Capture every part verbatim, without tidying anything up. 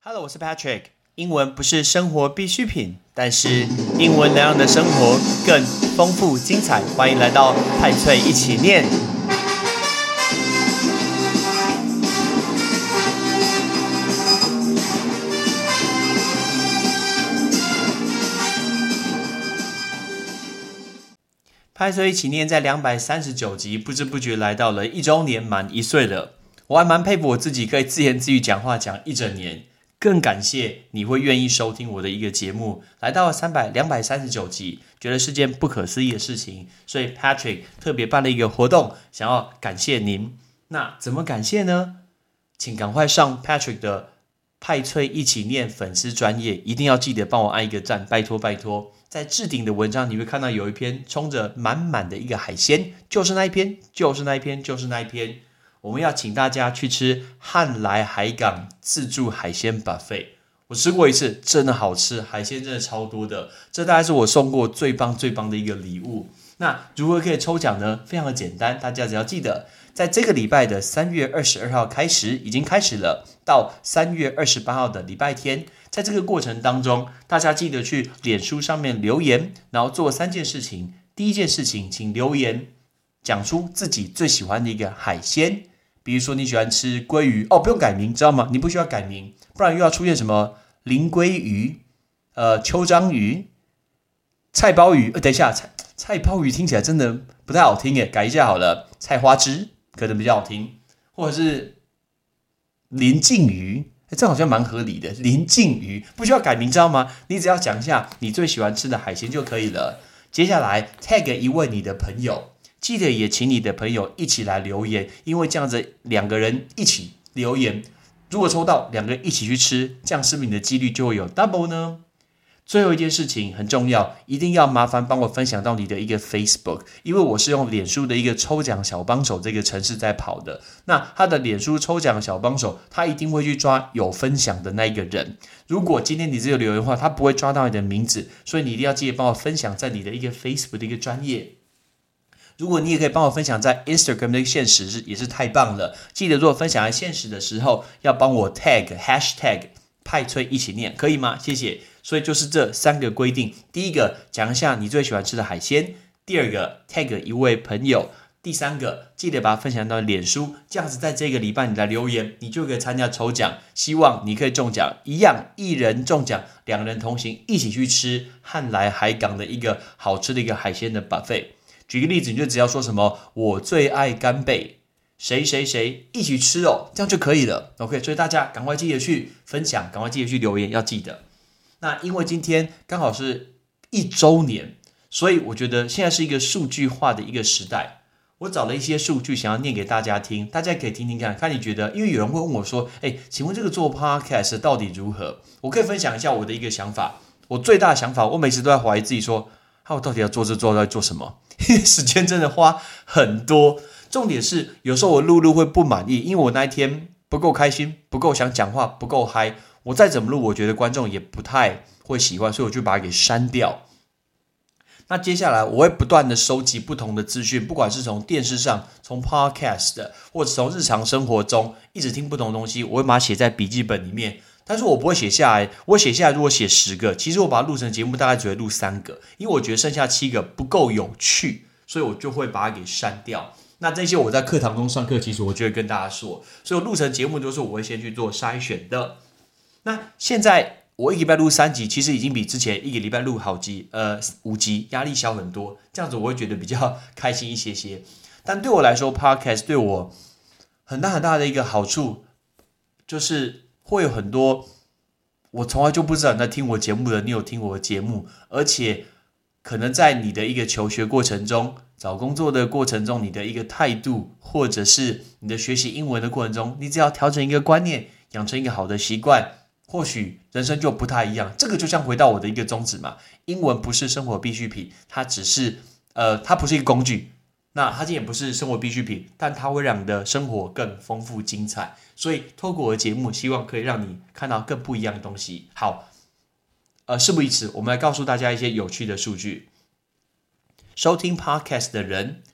Hello， 我是 Patrick。英文不是生活必需品，但是英文能让你的生活更丰富精彩。欢迎来到派翠一起念。派翠一起念在两百三十九集，不知不觉来到了一周年，满一岁了。我还蛮佩服我自己，可以自言自语讲话讲一整年。更感谢你会愿意收听我的一个节目，来到两百三十九集，觉得是件不可思议的事情，所以 Patrick 特别办了一个活动，想要感谢您。那怎么感谢呢？请赶快上 Patrick 的派翠一起念粉丝专页，一定要记得帮我按一个赞，拜托拜托。在置顶的文章你会看到有一篇冲着满满的一个海鲜，就是那一篇，就是那一篇，就是那一篇。我们要请大家去吃汉来海港自助海鲜 buffet， 我吃过一次，真的好吃，海鲜真的超多的，这大概是我送过最棒最棒的一个礼物。那如何可以抽奖呢？非常的简单，大家只要记得，在这个礼拜的三月二十二号开始，已经开始了，到三月二十八号的礼拜天，在这个过程当中，大家记得去脸书上面留言，然后做三件事情。第一件事情，请留言讲出自己最喜欢的一个海鲜。比如说你喜欢吃鲑鱼哦，不用改名，知道吗？你不需要改名，不然又要出现什么林鲑鱼、呃秋章鱼、菜鲍鱼。呃，等一下，菜菜鲍鱼听起来真的不太好听耶，改一下好了，菜花枝可能比较好听，或者是林靖鱼，这好像蛮合理的。林靖鱼不需要改名，知道吗？你只要讲一下你最喜欢吃的海鲜就可以了。接下来 tag 一位你的朋友。记得也请你的朋友一起来留言，因为这样子两个人一起留言，如果抽到两个人一起去吃，这样是不是你的几率就会有 double 呢？最后一件事情很重要，一定要麻烦帮我分享到你的一个 Facebook， 因为我是用脸书的一个抽奖小帮手这个程式在跑的，那他的脸书抽奖小帮手他一定会去抓有分享的那一个人，如果今天你只有留言的话，他不会抓到你的名字，所以你一定要记得帮我分享在你的一个 Facebook 的一个专页。如果你也可以帮我分享在 Instagram 的现实是也是太棒了，记得如果分享在现实的时候要帮我 tag hashtag 派翠一起念，可以吗？谢谢。所以就是这三个规定，第一个讲一下你最喜欢吃的海鲜，第二个 tag 一位朋友，第三个记得把它分享到脸书，这样子在这个礼拜你来留言，你就可以参加抽奖，希望你可以中奖，一样一人中奖，两人同行一起去吃汉来海港的一个好吃的一个海鲜的 buffet。举个例子，你就只要说什么我最爱干贝，谁谁谁一起吃哦，这样就可以了。 OK， 所以大家赶快记得去分享，赶快记得去留言，要记得。那因为今天刚好是一周年，所以我觉得现在是一个数据化的一个时代，我找了一些数据想要念给大家听，大家可以听听看，看你觉得，因为有人会问我说，哎，请问这个做 podcast 到底如何？我可以分享一下我的一个想法。我最大的想法，我每次都在怀疑自己说，我到底要做这做在做什么？因为时间真的花很多，重点是有时候我录录会不满意，因为我那一天不够开心，不够想讲话，不够嗨，我再怎么录我觉得观众也不太会喜欢，所以我就把它给删掉。那接下来我会不断的收集不同的资讯，不管是从电视上，从 podcast 或者从日常生活中一直听不同的东西，我会把它写在笔记本里面，但是我不会写下来，我写下来如果写十个，其实我把它录成节目大概只会录三个，因为我觉得剩下七个不够有趣，所以我就会把它给删掉。那这些我在课堂中上课，其实我就会跟大家说，所以我录成节目都是我会先去做筛选的。那现在我一个礼拜录三集，其实已经比之前一个礼拜录好集，呃五集，压力小很多，这样子我会觉得比较开心一些些。但对我来说 ，Podcast 对我很大很大的一个好处就是。会有很多我从来就不知道你在听我节目的，你有听我的节目，而且可能在你的一个求学过程中，找工作的过程中，你的一个态度，或者是你的学习英文的过程中，你只要调整一个观念，养成一个好的习惯，或许人生就不太一样。这个就像回到我的一个宗旨嘛，英文不是生活必需品，它只是呃，它不是一个工具。那它也不是生活必需品，但它会让你的生活更丰富精彩。所以透过我的节目，希望可以让你看到更不一样的东西。好，呃，事不宜迟，我们来告诉大家一些有趣的数据。收听 podcast 的人，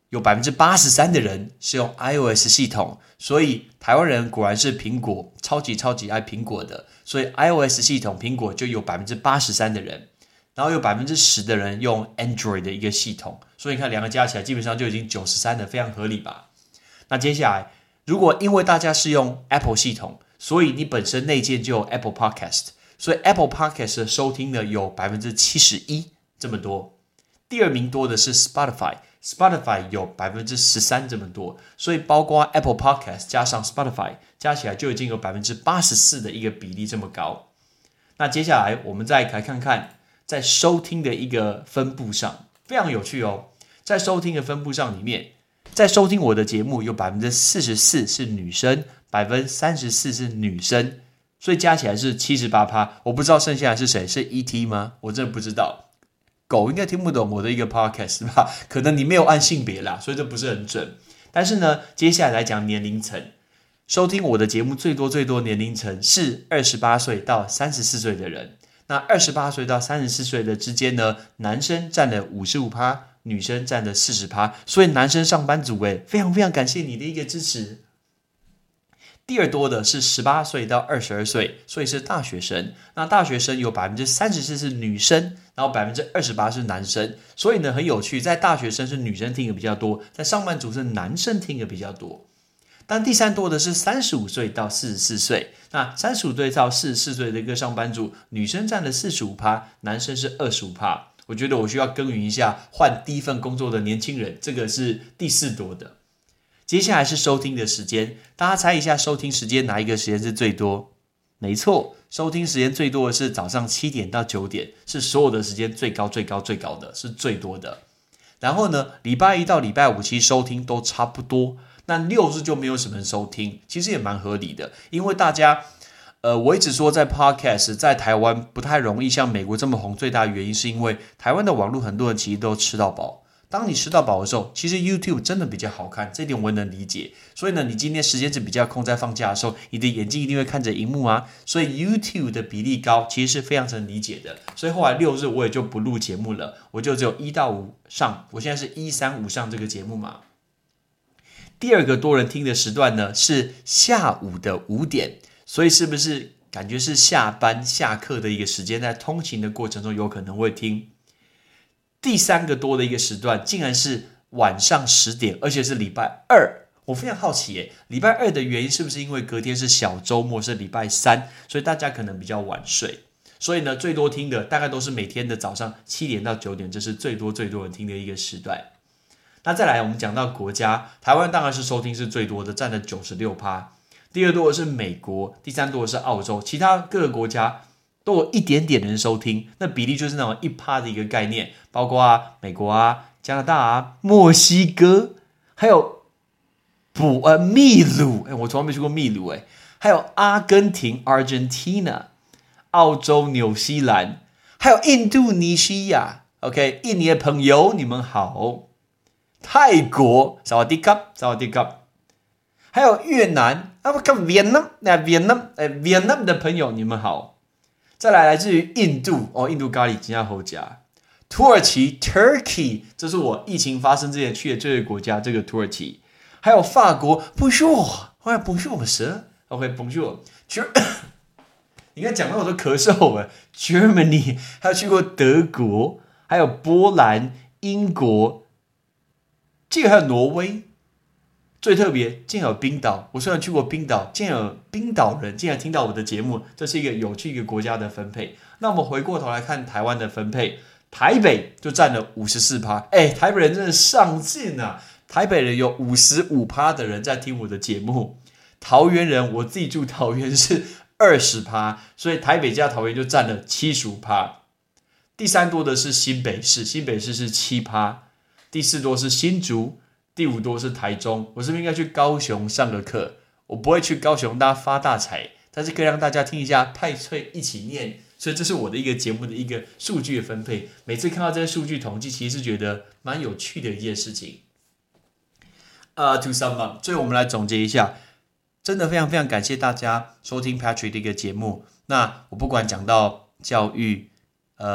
有 百分之八十三 的人是用 iOS 系统，所以台湾人果然是苹果超级超级爱苹果的，所以 iOS 系统苹果就有 百分之八十三 的人，然后有 百分之十 的人用 Android 的一个系统，所以你看两个加起来基本上就已经九十三了，非常合理吧。那接下来如果因为大家是用 Apple 系统，所以你本身内建就有 Apple Podcast， 所以 Apple Podcast 的收听呢有 百分之七十一 这么多。第二名多的是 Spotify， Spotify 有 百分之十三 这么多，所以包括 Apple Podcast 加上 Spotify 加起来就已经有 百分之八十四 的一个比例这么高。那接下来我们再来看看在收听的一个分布上，非常有趣哦。在收听的分布上里面，在收听我的节目有 百分之四十四 是女生， 百分之三十四 是女生，所以加起来是 百分之七十八。 我不知道剩下的是谁，是 E T 吗？我真的不知道。狗应该听不懂我的一个 podcast 吧，可能你没有按性别啦，所以这不是很准。但是呢，接下来来讲年龄层，收听我的节目最多最多年龄层是二十八岁到三十四岁的人。那二十八岁到三十四岁的之间呢，男生占了 百分之五十五， 女生占了 百分之四十， 所以男生上班族诶，非常非常感谢你的一个支持。第二多的是十八岁到二十二岁，所以是大学生。那大学生有 百分之三十四 是女生，然后 百分之二十八 是男生。所以呢，很有趣，在大学生是女生听的比较多，在上班族是男生听的比较多。但第三多的是三十五岁到四十四岁，那三十五岁到四十四岁的一个上班族，女生占了 百分之四十五， 男生是 百分之二十五。 我觉得我需要耕耘一下换第一份工作的年轻人，这个是第四多的。接下来是收听的时间，大家猜一下收听时间哪一个时间是最多？没错，收听时间最多的是早上七点到九点，是所有的时间最高最高最高的，是最多的。然后呢，礼拜一到礼拜五其实收听都差不多，那六日就没有什么人收听，其实也蛮合理的，因为大家呃，我一直说在 podcast 在台湾不太容易像美国这么红，最大的原因是因为台湾的网络很多人其实都吃到饱。当你吃到饱的时候，其实 YouTube 真的比较好看，这点我能理解。所以呢，你今天时间是比较空，在放假的时候，你的眼睛一定会看着荧幕啊，所以 YouTube 的比例高，其实是非常能理解的。所以后来六日我也就不录节目了，我就只有一到五上，我现在是一三五上这个节目嘛。第二个多人听的时段呢是下午的五点，所以是不是感觉是下班下课的一个时间，在通勤的过程中有可能会听。第三个多的一个时段竟然是晚上十点，而且是礼拜二。我非常好奇耶，礼拜二的原因是不是因为隔天是小周末，是礼拜三，所以大家可能比较晚睡。所以呢，最多听的大概都是每天的早上七点到九点，这是最多最多人听的一个时段。那再来我们讲到国家，台湾当然是收听是最多的，占了 百分之九十六。 第二多的是美国，第三多的是澳洲，其他各个国家都有一点点人收听，那比例就是那种 百分之一 的一个概念，包括啊美国啊、加拿大啊、墨西哥，还有补呃秘鲁，我从来没去过秘鲁诶，还有阿根廷 Argentina、澳洲、纽西兰，还有印度尼西亚 ，OK， 印尼的朋友你们好，泰国萨瓦迪卡萨瓦迪卡，还有越南啊，我看越南那越南呃越南的朋友你们好。再来来自于印度哦，印度咖喱真好吃。土耳其 Turkey， 这是我疫情发生之前去的这个国家，这个土耳其。还有法国 Bonjour， 后来 Bonjour monsieur OK Bonjour， 你看讲到我都咳嗽了。Germany， 还有去过德国，还有波兰、英国，这个还有挪威。最特别，竟然有冰岛。我虽然去过冰岛，竟然有冰岛人竟然听到我的节目，这是一个有趣一个国家的分配。那我们回过头来看台湾的分配，台北就占了 百分之五十四。 哎，台北人真的上进啊！台北人有 百分之五十五 的人在听我的节目。桃园人，我自己住桃园是 百分之二十， 所以台北加桃园就占了 百分之七十五。 第三多的是新北市，新北市是 百分之七。 第四多是新竹，第五多是台中。我是不是应该去高雄上个课？我不会去高雄大家发大财，但是可以让大家听一下派翠一起念，所以这是我的一个节目的一个数据的分配。每次看到这些数据统计，其实是觉得蛮有趣的一件事情。呃、uh, ，to sum up， 最后我们来总结一下，真的非常非常感谢大家收听 Patrick 的一个节目。那我不管讲到教育、呃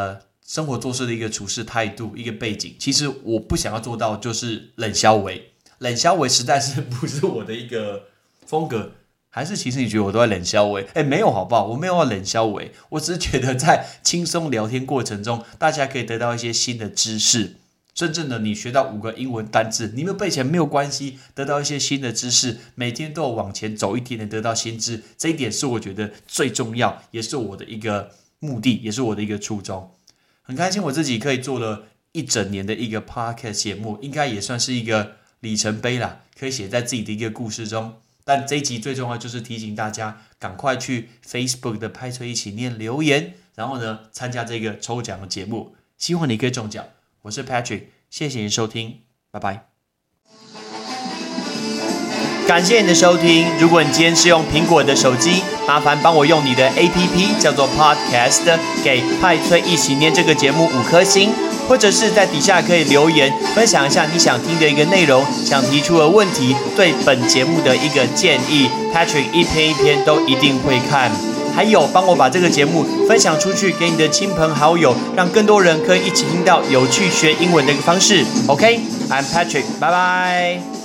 生活做事的一个处事态度，一个背景，其实我不想要做到就是冷消维，冷消维实在是不是我的一个风格。还是其实你觉得我都在冷消维？哎，没有好不好？我没有要冷消维，我只是觉得在轻松聊天过程中，大家可以得到一些新的知识，甚至呢，你学到五个英文单字，你没有背起来没有关系，得到一些新的知识，每天都有往前走一点点，得到新知，这一点是我觉得最重要，也是我的一个目的，也是我的一个初衷。很开心我自己可以做了一整年的一个 podcast 节目，应该也算是一个里程碑啦，可以写在自己的一个故事中。但这一集最重要就是提醒大家赶快去 Facebook 的派翠一起念留言，然后呢参加这个抽奖的节目，希望你可以中奖。我是 Patrick， 谢谢你收听，拜拜。感谢你的收听，如果你今天是用苹果的手机，麻烦帮我用你的 A P P 叫做 Podcast 给派翠一起念这个节目五颗星，或者是在底下可以留言分享一下你想听的一个内容，想提出的问题，对本节目的一个建议， Patrick 一篇一篇都一定会看。还有帮我把这个节目分享出去给你的亲朋好友，让更多人可以一起听到有趣学英文的一个方式。 OK， I'm Patrick， 拜拜。